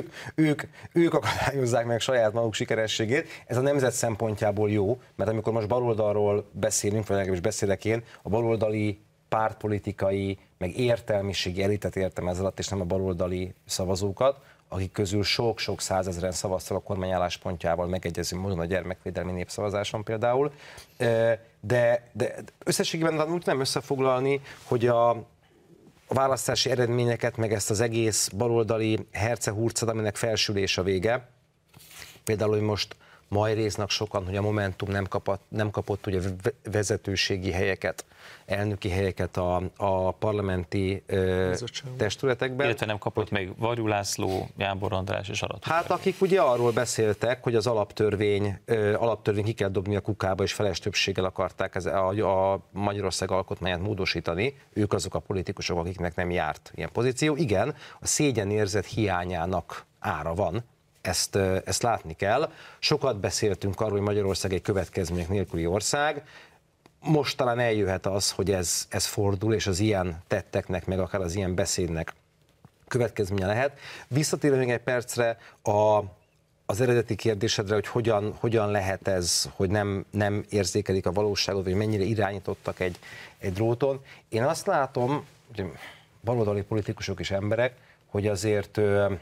ők akadályozzák meg saját maguk sikerességét. Ez a nemzet szempontjából jó, mert amikor most baloldalról beszélünk, vagy legalábbis beszélek én, a baloldali pártpolitikai, meg értelmiségi elitet értem ez alatt, és nem a baloldali szavazókat, akik közül sok-sok százezren szavaztak a kormány álláspontjával megegyező módon a gyermekvédelmi népszavazáson például. De összességében úgy nem összefoglalni, hogy a választási eredményeket, meg ezt az egész baloldali hercehurcad, aminek felsülés a vége. Például, hogy most majréznak sokan, hogy a Momentum nem kapott ugye vezetőségi helyeket, elnöki helyeket a parlamenti testületekben. Illetve nem kapott még Varjú László, Jámbor András és Aratus. Hát akik ugye arról beszéltek, hogy az alaptörvény ki kell dobni a kukába, és feles többséggel akarták a Magyarország alkotmányát módosítani, ők azok a politikusok, akiknek nem járt ilyen pozíció. Igen, a szégyenérzet hiányának ára van, ezt látni kell. Sokat beszéltünk arról, hogy Magyarország egy következmények nélküli ország. Most talán eljöhet az, hogy ez fordul, és az ilyen tetteknek, meg akár az ilyen beszédnek következménye lehet. Visszatérve még egy percre az eredeti kérdésedre, hogy hogyan lehet ez, hogy nem érzékelik a valóságot, vagy mennyire irányítottak egy dróton. Én azt látom, hogy baloldali politikusok és emberek, hogy azért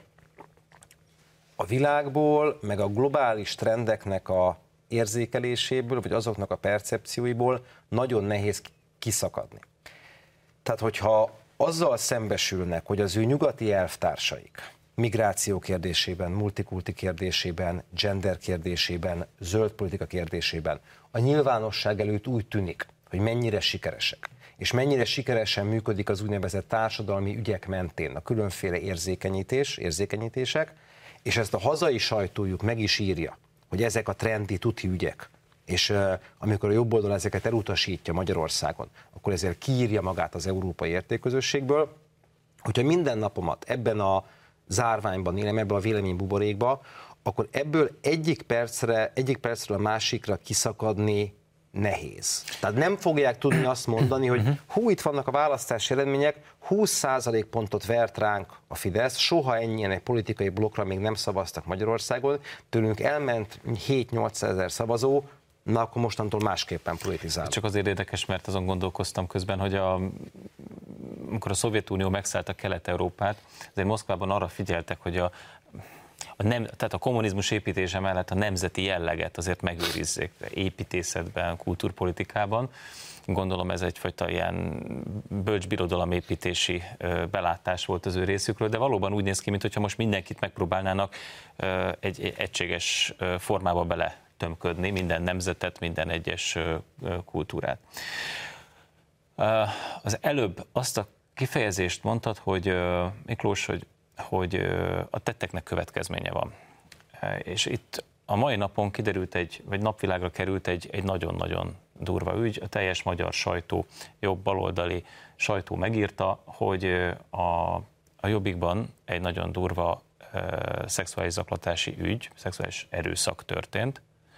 a világból, meg a globális trendeknek a érzékeléséből, vagy azoknak a percepcióiból nagyon nehéz kiszakadni. Tehát, hogyha azzal szembesülnek, hogy az ő nyugati elvtársaik migráció kérdésében, multikulti kérdésében, gender kérdésében, zöld politika kérdésében a nyilvánosság előtt úgy tűnik, hogy mennyire sikeresek, és mennyire sikeresen működik az úgynevezett társadalmi ügyek mentén a különféle érzékenyítések, és ezt a hazai sajtójuk meg is írja, hogy ezek a trendi tuti ügyek, és amikor a jobb oldal ezeket elutasítja Magyarországon, akkor ezért kiírja magát az európai értékközösségből, hogyha minden napomat ebben a zárványban élem, ebben a véleménybuborékba, akkor ebből egyik percről a másikra kiszakadni nehéz. Tehát nem fogják tudni azt mondani, hogy itt vannak a választási eredmények, 20% pontot vert ránk a Fidesz, soha ennyien egy politikai blokkra még nem szavaztak Magyarországon, tőlünk elment 7-8 ezer szavazó, na akkor mostantól másképpen politizálunk. Csak azért érdekes, mert azon gondolkoztam közben, hogy amikor a Szovjetunió megszállta Kelet-Európát, azért Moszkvában arra figyeltek, hogy tehát a kommunizmus építése mellett a nemzeti jelleget azért megőrizzék építészetben, kultúrpolitikában. Gondolom ez egyfajta ilyen bölcsbirodalomépítési belátás volt az ő részükről, de valóban úgy néz ki, mintha most mindenkit megpróbálnának egy egységes formába beletömködni, minden nemzetet, minden egyes kultúrát. Az előbb azt a kifejezést mondtad, hogy Miklós, hogy a tetteknek következménye van. És itt a mai napon kiderült vagy napvilágra került egy nagyon-nagyon durva ügy. A teljes magyar sajtó, jobb baloldali sajtó megírta, hogy a Jobbikban egy nagyon durva szexuális zaklatási ügy, szexuális erőszak történt,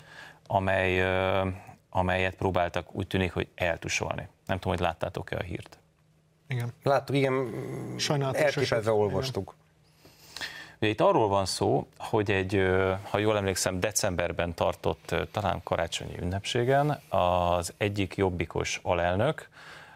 amelyet próbáltak, úgy tűnik, hogy eltusolni. Nem tudom, hogy láttátok-e a hírt. Igen. Láttuk, igen, elképedve olvastuk. Ugye itt arról van szó, hogy ha jól emlékszem, decemberben tartott talán karácsonyi ünnepségen az egyik jobbikos alelnök,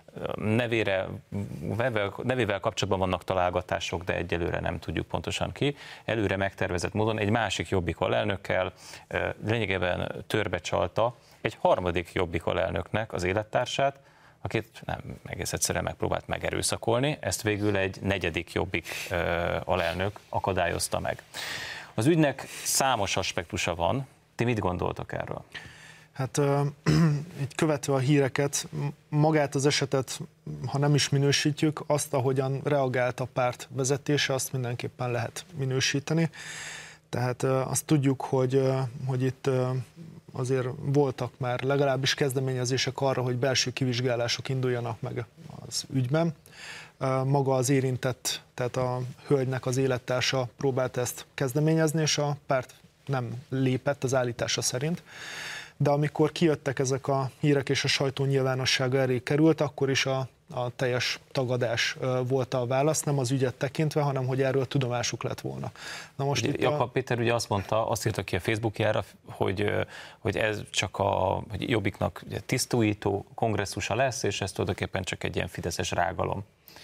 nevével kapcsolatban vannak találgatások, de egyelőre nem tudjuk pontosan ki, előre megtervezett módon egy másik jobbik alelnökkel lényegében törbecsalta egy harmadik jobbik alelnöknek az élettársát, akit nem egész egyszerűen megpróbált megerőszakolni, ezt végül egy negyedik jobbik alelnök akadályozta meg. Az ügynek számos aspektusa van, ti mit gondoltok erről? Hát így követve a híreket, magát az esetet, ha nem is minősítjük, azt, ahogyan reagált a párt vezetése, azt mindenképpen lehet minősíteni. Tehát azt tudjuk, hogy itt azért voltak már legalábbis kezdeményezések arra, hogy belső kivizsgálások induljanak meg az ügyben. Maga az érintett, tehát a hölgynek az élettársa próbált ezt kezdeményezni, és a párt nem lépett az állítása szerint. De amikor kijöttek ezek a hírek és a sajtó nyilvánossága elé került, akkor is a teljes tagadás volt a válasz, nem az ügyet tekintve, hanem hogy erről tudomásuk lett volna. Na most itt Jakab Péter ugye azt mondta, azt írta ki a Facebookjára, hogy ez csak hogy Jobbiknak tisztújító kongresszusa lesz, és ez tulajdonképpen csak egy ilyen fideszes rágalom.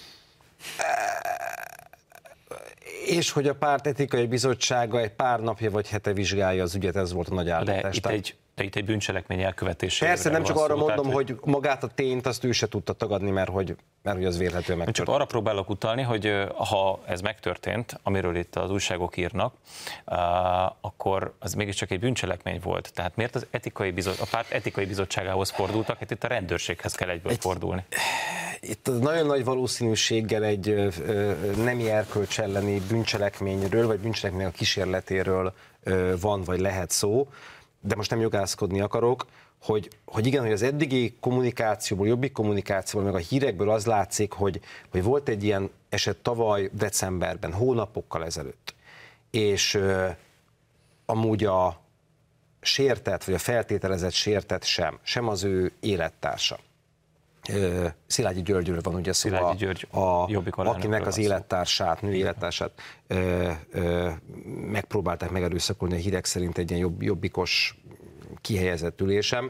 És hogy a párt etikai bizottsága egy pár napja vagy hete vizsgálja az ügyet, ez volt a nagy állítás. De itt egy bűncselekmény elkövetéséről. Persze, nem csak arra mondom, hogy magát a tényt azt ő se tudta tagadni, mert hogy az vélhetően megtörtént. Csak arra próbálok utalni, hogy ha ez megtörtént, amiről itt az újságok írnak, akkor az mégiscsak egy bűncselekmény volt. Tehát miért a párt etikai bizottságához fordultak, hát itt a rendőrséghez kell egyből fordulni. Itt nagyon nagy valószínűséggel egy nemi erkölcs elleni bűncselekményről, vagy bűncselekménynek a kísérletéről van, vagy lehet szó, de most nem jogászkodni akarok, hogy igen, hogy az eddigi kommunikációból, jobbik kommunikációból, meg a hírekből az látszik, hogy volt egy ilyen eset tavaly decemberben, hónapokkal ezelőtt, és amúgy a sértett, vagy a feltételezett sértett sem az ő élettársa. Szilágyi Györgyről van ugye szó, akinek az élettársát, női élettársát megpróbálták megerőszakolni a hírek szerint egy ilyen jobbikos kihelyezett ülésem.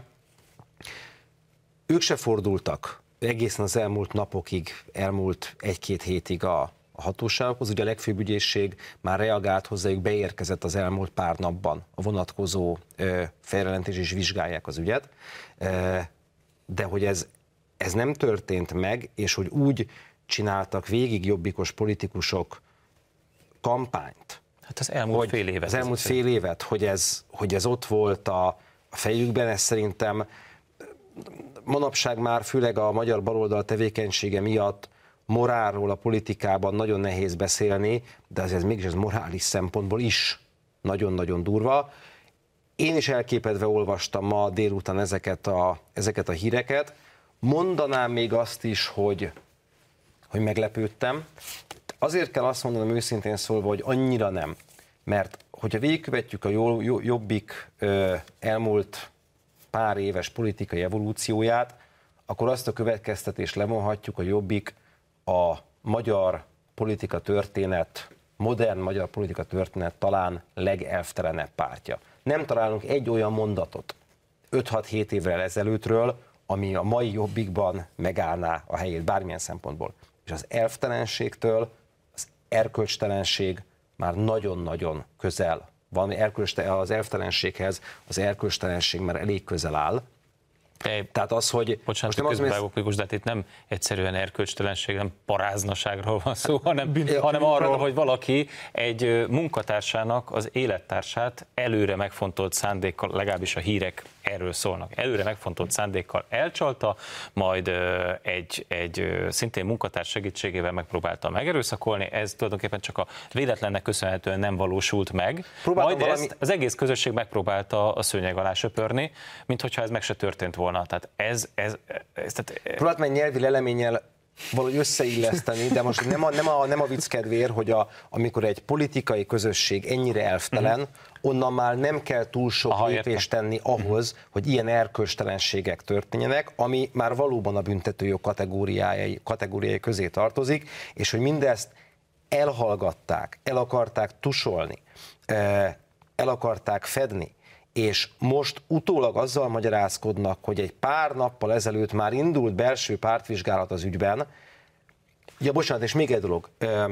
Ők se fordultak egészen az elmúlt napokig, elmúlt egy-két hétig a hatóságokhoz. Ugye a legfőbb ügyészség már reagált hozzájuk, beérkezett az elmúlt pár napban a vonatkozó feljelentés, és vizsgálják az ügyet. De hogy ez nem történt meg, és hogy úgy csináltak végig jobbikos politikusok kampányt. Hát az elmúlt fél évet. Az elmúlt fél évet, hogy ez ott volt a fejükben, ez szerintem manapság már főleg a magyar baloldal tevékenysége miatt morálról a politikában nagyon nehéz beszélni, de azért mégis ez morális szempontból is nagyon-nagyon durva. Én is elképedve olvastam ma délután ezeket a híreket. Mondanám még azt is, hogy meglepődtem. Azért kell azt mondanom őszintén szólva, hogy annyira nem. Mert hogyha végigkövetjük a Jobbik elmúlt pár éves politikai evolúcióját, akkor azt a következtetést levonhatjuk, hogy Jobbik a magyar politika történet, modern magyar politika történet talán legelftelenebb pártja. Nem találunk egy olyan mondatot 5-6-7 évvel ezelőttről, ami a mai Jobbikban megállná a helyét bármilyen szempontból. És az elftelenségtől az erkölcstelenség már nagyon-nagyon közel van. Az elftelenséghez az erkölcstelenség már elég közel áll. Tehát az, hogy... Bocsánat, közbevágok, de hát itt nem egyszerűen erkölcstelenség, nem paráznaságról van szó, hanem arról, hogy valaki egy munkatársának az élettársát előre megfontolt szándékkal, legalábbis a hírek erről szólnak. Előre megfontolt szándékkal elcsalta, majd egy szintén munkatárs segítségével megpróbálta megerőszakolni, ez tulajdonképpen csak a véletlennek köszönhetően nem valósult meg. Majd ezt az egész közösség megpróbálta a szőnyeg alá söpörni, minthogyha ez meg se történt volna. Tehát próbáltam egy nyelvi leleménnyel valahogy összeilleszteni, de most nem a vicc kedvéért, hogy amikor egy politikai közösség ennyire elvtelen, onnan már nem kell túl sok lépést tenni ahhoz, hogy ilyen erkölcstelenségek történjenek, ami már valóban a büntetőjog kategóriái közé tartozik, és hogy mindezt elhallgatták, el akarták tusolni, el akarták fedni, és most utólag azzal magyarázkodnak, hogy egy pár nappal ezelőtt már indult belső pártvizsgálat az ügyben. Ja, bocsánat, és még egy dolog.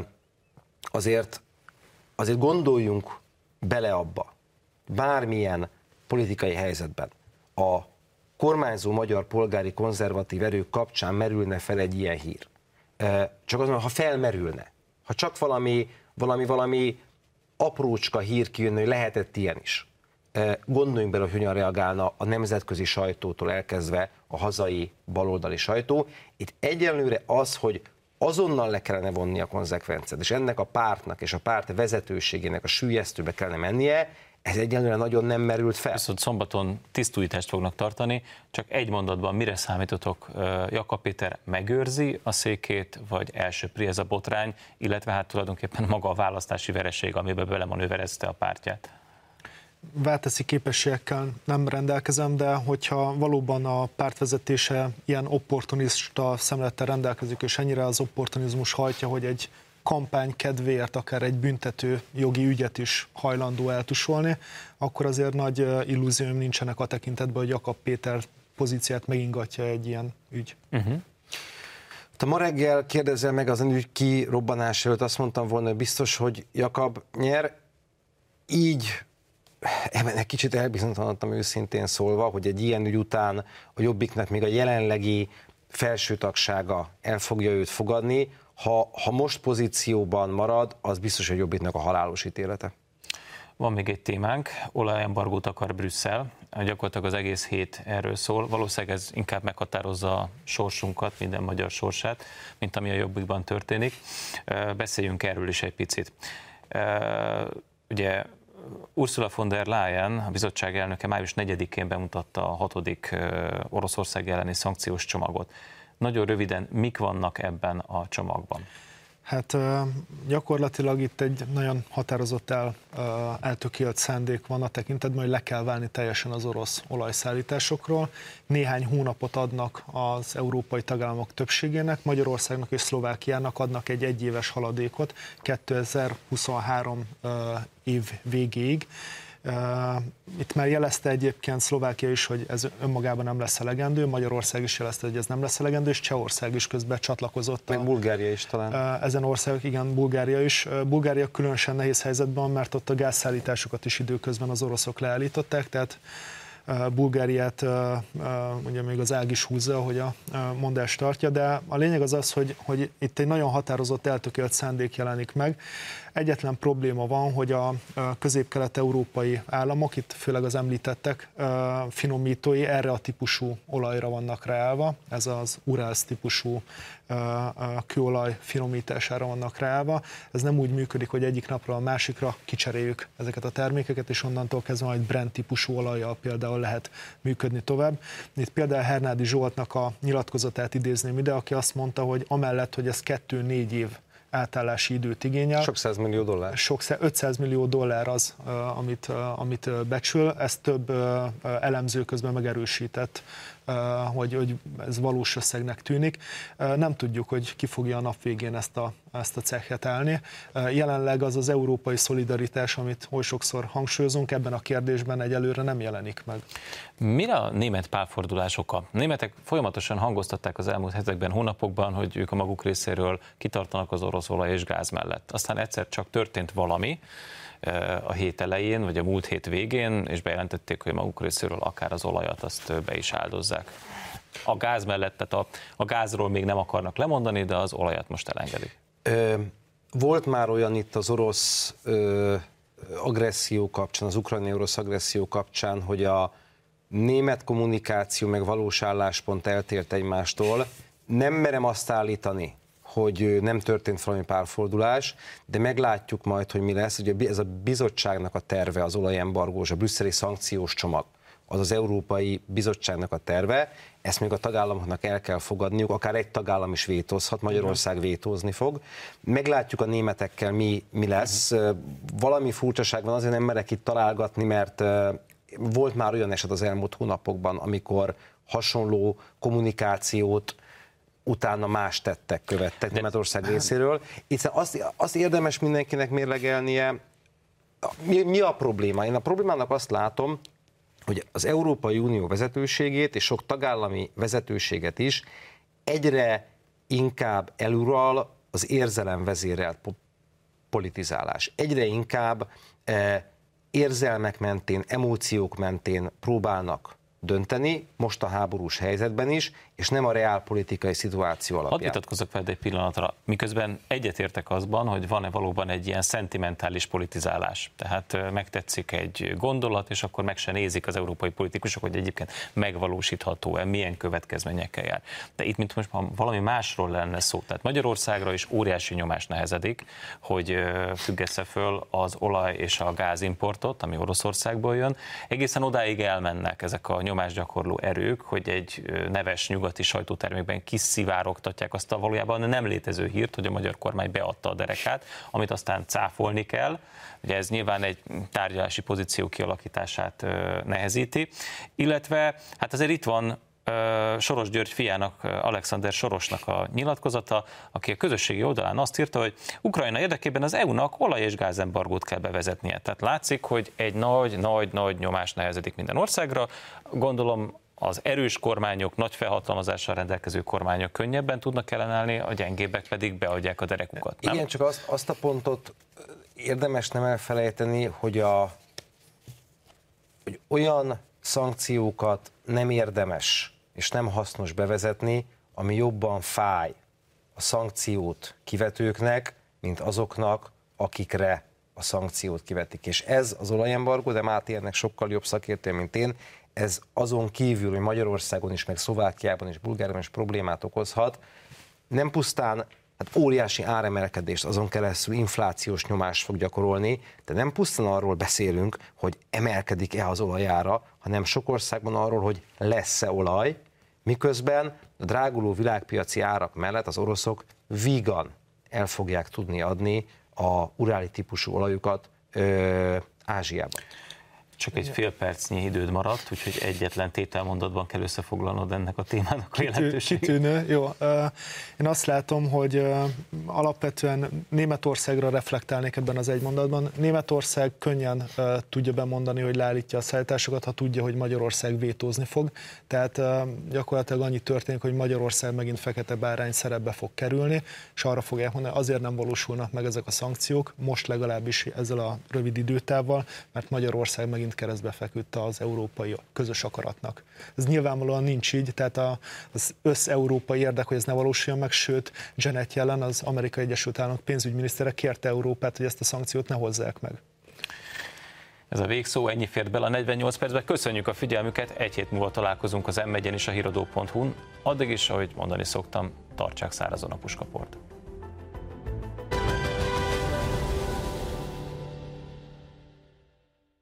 Azért gondoljunk bele abba, bármilyen politikai helyzetben a kormányzó magyar polgári konzervatív erők kapcsán merülne fel egy ilyen hír. Csak azon, ha felmerülne, ha csak valami aprócska hír kijönne, hogy lehetett ilyen is. Gondoljunk bele, hogy hogyan reagálna a nemzetközi sajtótól elkezdve a hazai baloldali sajtó. Itt egyenlőre az, hogy azonnal le kellene vonni a konzekvenciát, és ennek a pártnak és a párt vezetőségének a süllyesztőbe kellene mennie, ez egyenlőre nagyon nem merült fel. Viszont szombaton tisztújítást fognak tartani, csak egy mondatban mire számítotok? Jakab Péter megőrzi a székét, vagy elsöpri ez a botrány, illetve hát tulajdonképpen maga a választási vereség, amiben belemanőverezte a pártját? Válteszi képességekkel nem rendelkezem, de hogyha valóban a pártvezetése ilyen opportunista szemlettel rendelkezik, és ennyire az opportunizmus hajtja, hogy egy kampány kedvéért akár egy büntető jogi ügyet is hajlandó eltusolni, akkor azért nagy illúzióim nincsenek a tekintetben, hogy Jakab Péter pozíciát megingatja egy ilyen ügy. Ha ma reggel kérdezel meg az ügy kirobbanás előtt, azt mondtam volna, hogy biztos, hogy Jakab nyer, így ebben egy kicsit elbizonytalanodtam őszintén szólva, hogy egy ilyen ügy után a Jobbiknak még a jelenlegi felsőtagsága el fogja őt fogadni. Ha most pozícióban marad, az biztos, hogy Jobbiknak a halálos ítélete. Van még egy témánk, olajembargót akar Brüsszel, gyakorlatilag az egész hét erről szól. Valószínűleg ez inkább meghatározza a sorsunkat, minden magyar sorsát, mint ami a Jobbikban történik. Beszéljünk erről is egy picit. Ugye Ursula von der Leyen, a bizottság elnöke május 4-én bemutatta a 6. Oroszország elleni szankciós csomagot. Nagyon röviden, mik vannak ebben a csomagban? Hát gyakorlatilag itt egy nagyon határozott eltökélt szándék van a tekintetben, hogy le kell válni teljesen az orosz olajszállításokról. Néhány hónapot adnak az európai tagállamok többségének, Magyarországnak és Szlovákiának adnak egy egyéves haladékot 2023 év végéig. Itt már jelezte egyébként Szlovákia is, hogy ez önmagában nem lesz elegendő, Magyarország is jelezte, hogy ez nem lesz elegendő, és Csehország is közben csatlakozott. Meg Bulgária is talán. Ezen országok, igen, Bulgária is. Bulgária különösen nehéz helyzetben, mert ott a gázszállításokat is időközben az oroszok leállították, tehát Bulgáriát ugye még az ág is húzza, ahogy a mondás tartja, de a lényeg az, hogy itt egy nagyon határozott, eltökélt szándék jelenik meg. Egyetlen probléma van, hogy a közép-kelet-európai államok, itt főleg az említettek finomítói erre a típusú olajra vannak ráállva, ez az Urals típusú kőolaj finomítására vannak ráállva. Ez nem úgy működik, hogy egyik napra a másikra kicseréljük ezeket a termékeket, és onnantól kezdve majd Brent típusú olajjal például lehet működni tovább. Itt például Hernádi Zsoltnak a nyilatkozatát idézném ide, aki azt mondta, hogy amellett, hogy ez 2-4 év átállási időt igényel. Sok $100 millió. 500 millió dollár az, amit becsül. Ezt több elemző közben megerősített, hogy ez valós összegnek tűnik. Nem tudjuk, hogy ki fogja a nap végén ezt a cechet állni. Jelenleg az európai szolidaritás, amit oly sokszor hangsúlyozunk, ebben a kérdésben egyelőre nem jelenik meg. Mi a német pálfordulás oka? A németek folyamatosan hangoztatták az elmúlt hetekben, hónapokban, hogy ők a maguk részéről kitartanak az orosz olaj és gáz mellett. Aztán egyszer csak történt valami a hét elején, vagy a múlt hét végén, és bejelentették, hogy maguk részéről akár az olajat azt be is áldozzák. A gáz mellett, tehát a gázról még nem akarnak lemondani, de az olajat most elengedik. Volt már olyan itt az orosz agresszió kapcsán, az ukrajnai orosz agresszió kapcsán, hogy a német kommunikáció meg valós álláspont eltért egymástól. Nem merem azt állítani, hogy nem történt valami párfordulás, de meglátjuk majd, hogy mi lesz. Ugye ez a bizottságnak a terve, az olajembargós, a brüsszeli szankciós csomag, az az Európai Bizottságnak a terve, ezt még a tagállamoknak el kell fogadniuk, akár egy tagállam is vétózhat, Magyarország vétózni fog. Meglátjuk a németekkel mi lesz. Valami furcsaság van, azért nem merek itt találgatni, mert volt már olyan eset az elmúlt hónapokban, amikor hasonló kommunikációt utána más tettek követtek Németország részéről. Itt azt érdemes mindenkinek mérlegelnie, mi a probléma? Én a problémának azt látom, hogy az Európai Unió vezetőségét és sok tagállami vezetőséget is egyre inkább elural az érzelem vezérelt politizálás. Egyre inkább érzelmek mentén, emóciók mentén próbálnak dönteni, most a háborús helyzetben is, és nem a reálpolitikai szituáció alapján. Hadd vitatkozzak veled egy pillanatra, miközben egyetértek azban, hogy van-e valóban egy ilyen szentimentális politizálás. Tehát megtetszik egy gondolat, és akkor meg se nézik az európai politikusok, hogy egyébként megvalósítható-e, milyen következményekkel jár. De itt most valami másról lenne szó. Tehát Magyarországra is óriási nyomás nehezedik, hogy függesse föl az olaj és a gázimportot, ami Oroszországból jön. Egészen odáig elmennek ezek a nyomásgyakorló erők, hogy egy neves nyugati sajtótermékben kiszivárogtatják azt a valójában nem létező hírt, hogy a magyar kormány beadta a derekát, amit aztán cáfolni kell. Ugye ez nyilván egy tárgyalási pozíció kialakítását nehezíti, illetve hát azért itt van Soros György fiának, Alexander Sorosnak a nyilatkozata, aki a közösségi oldalán azt írta, hogy Ukrajna érdekében az EU-nak olaj- és gázembargót kell bevezetnie. Tehát látszik, hogy egy nagy nyomás nehezedik minden országra. Gondolom az erős kormányok, nagy felhatalmazással rendelkező kormányok könnyebben tudnak ellenállni, a gyengébbek pedig beadják a derekukat. Nem? Igen, csak azt a pontot érdemes nem elfelejteni, hogy olyan szankciókat nem érdemes és nem hasznos bevezetni, ami jobban fáj a szankciót kivetőknek, mint azoknak, akikre a szankciót kivetik. És ez az olajembargó, de Máté ennek sokkal jobb szakértő, mint én, ez azon kívül, hogy Magyarországon is, meg Szlovákiában és Bulgáriában is problémát okozhat, nem pusztán óriási áremelkedést, azon keresztül inflációs nyomást fog gyakorolni, de nem pusztán arról beszélünk, hogy emelkedik-e az olajára, hanem sok országban arról, hogy lesz-e olaj, miközben a dráguló világpiaci árak mellett az oroszok vígan el fogják tudni adni a uráli típusú olajukat Ázsiában. Csak egy fél percnyi időd maradt, úgyhogy egyetlen tételmondatban kell összefoglalnod ennek a témának a jelentőségét. Kitűnő, jó. Én azt látom, hogy alapvetően Németországra reflektálnék ebben az egy mondatban. Németország könnyen tudja bemondani, hogy leállítja a szállításokat, ha tudja, hogy Magyarország vétózni fog. Tehát gyakorlatilag annyi történik, hogy Magyarország megint fekete bárány szerepbe fog kerülni, és arra fogják mondani, azért nem valósulnak meg ezek a szankciók, most legalábbis ezzel a rövid időtávval, mert Magyarország megint keresztbe feküdt az európai közös akaratnak. Ez nyilvánvalóan nincs így, tehát az összeurópai érdek, hogy ez ne valósuljon meg, sőt, Janet Yellen, az Amerikai Egyesült Államok pénzügyminisztere kérte Európát, hogy ezt a szankciót ne hozzák meg. Ez a végszó, ennyi fért bele a 48 percben. Köszönjük a figyelmüket, egy hét múlva találkozunk az M1-en és a híradó.hu-n. Addig is, ahogy mondani szoktam, tartsák szárazon a puskaport.